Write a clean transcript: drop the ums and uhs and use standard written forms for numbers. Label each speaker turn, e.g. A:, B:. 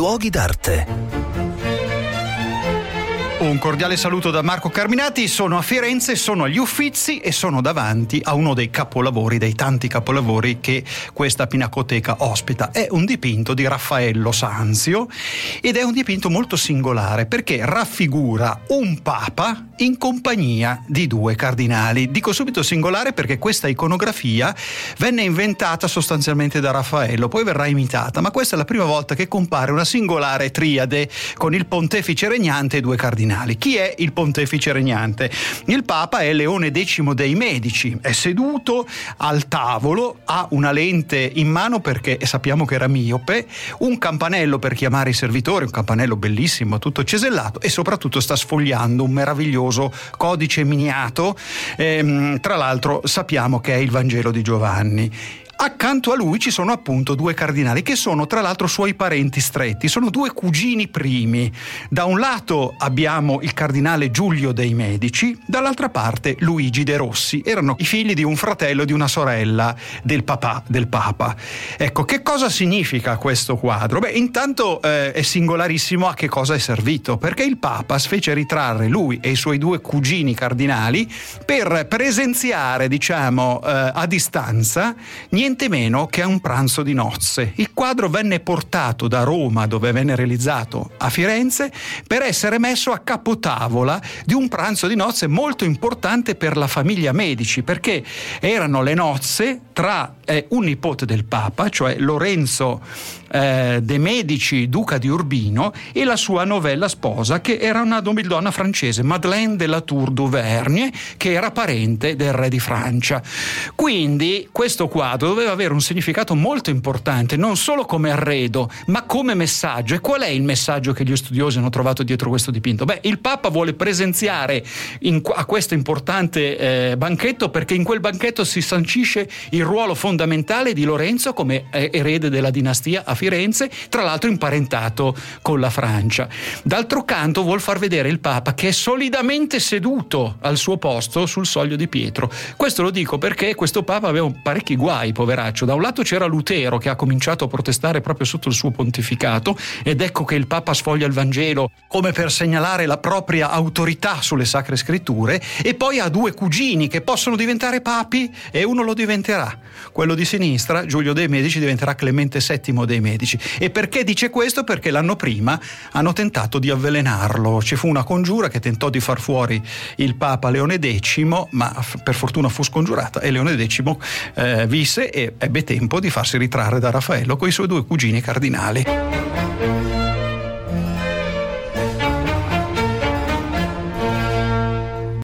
A: luoghi d'arte.
B: Un cordiale saluto da Marco Carminati, sono a Firenze, sono agli Uffizi e sono davanti a uno dei capolavori, dei tanti capolavori che questa pinacoteca ospita. È un dipinto di Raffaello Sanzio ed è un dipinto molto singolare perché raffigura un papa in compagnia di due cardinali. Dico subito singolare perché questa iconografia venne inventata sostanzialmente da Raffaello, poi verrà imitata, ma questa è la prima volta che compare una singolare triade con il pontefice regnante e due cardinali. Chi è il pontefice regnante? Il Papa è Leone X dei Medici, è seduto al tavolo, ha una lente in mano perché sappiamo che era miope, un campanello per chiamare i servitori, un campanello bellissimo, tutto cesellato, e soprattutto sta sfogliando un meraviglioso codice miniato, tra l'altro sappiamo che è il Vangelo di Giovanni. Accanto a lui ci sono appunto due cardinali che sono tra l'altro suoi parenti stretti, sono due cugini primi. Da un lato abbiamo il cardinale Giulio dei Medici, dall'altra parte Luigi de' Rossi, erano i figli di un fratello e di una sorella del papà del Papa. Ecco, che cosa significa questo quadro? Beh, intanto è singolarissimo a che cosa è servito, perché il Papa fece ritrarre lui e i suoi due cugini cardinali per presenziare, diciamo, a distanza niente meno che a un pranzo di nozze. Il quadro venne portato da Roma, dove venne realizzato, a Firenze, per essere messo a capotavola di un pranzo di nozze molto importante per la famiglia Medici, perché erano le nozze tra un nipote del Papa, cioè Lorenzo de' Medici, duca di Urbino, e la sua novella sposa, che era una nobildonna francese, Madeleine de la Tour d'Auvergne, che era parente del re di Francia. Quindi questo quadro doveva avere un significato molto importante, non solo come arredo, ma come messaggio. E qual è il messaggio che gli studiosi hanno trovato dietro questo dipinto? Beh, il Papa vuole presenziare a questo importante banchetto, perché in quel banchetto si sancisce il ruolo fondamentale di Lorenzo come erede della dinastia a Firenze, tra l'altro imparentato con la Francia. D'altro canto vuol far vedere il Papa che è solidamente seduto al suo posto sul Soglio di Pietro. Questo lo dico perché questo Papa aveva parecchi guai, poveraccio. Da un lato c'era Lutero, che ha cominciato a protestare proprio sotto il suo pontificato, ed ecco che il Papa sfoglia il Vangelo come per segnalare la propria autorità sulle Sacre Scritture, e poi ha due cugini che possono diventare papi e uno lo diventerà. Quello di sinistra, Giulio dei Medici, diventerà Clemente VII dei Medici. E perché dice questo? Perché l'anno prima hanno tentato di avvelenarlo. Ci fu una congiura che tentò di far fuori il Papa Leone X, ma per fortuna fu scongiurata e Leone X visse e ebbe tempo di farsi ritrarre da Raffaello con i suoi due cugini cardinali.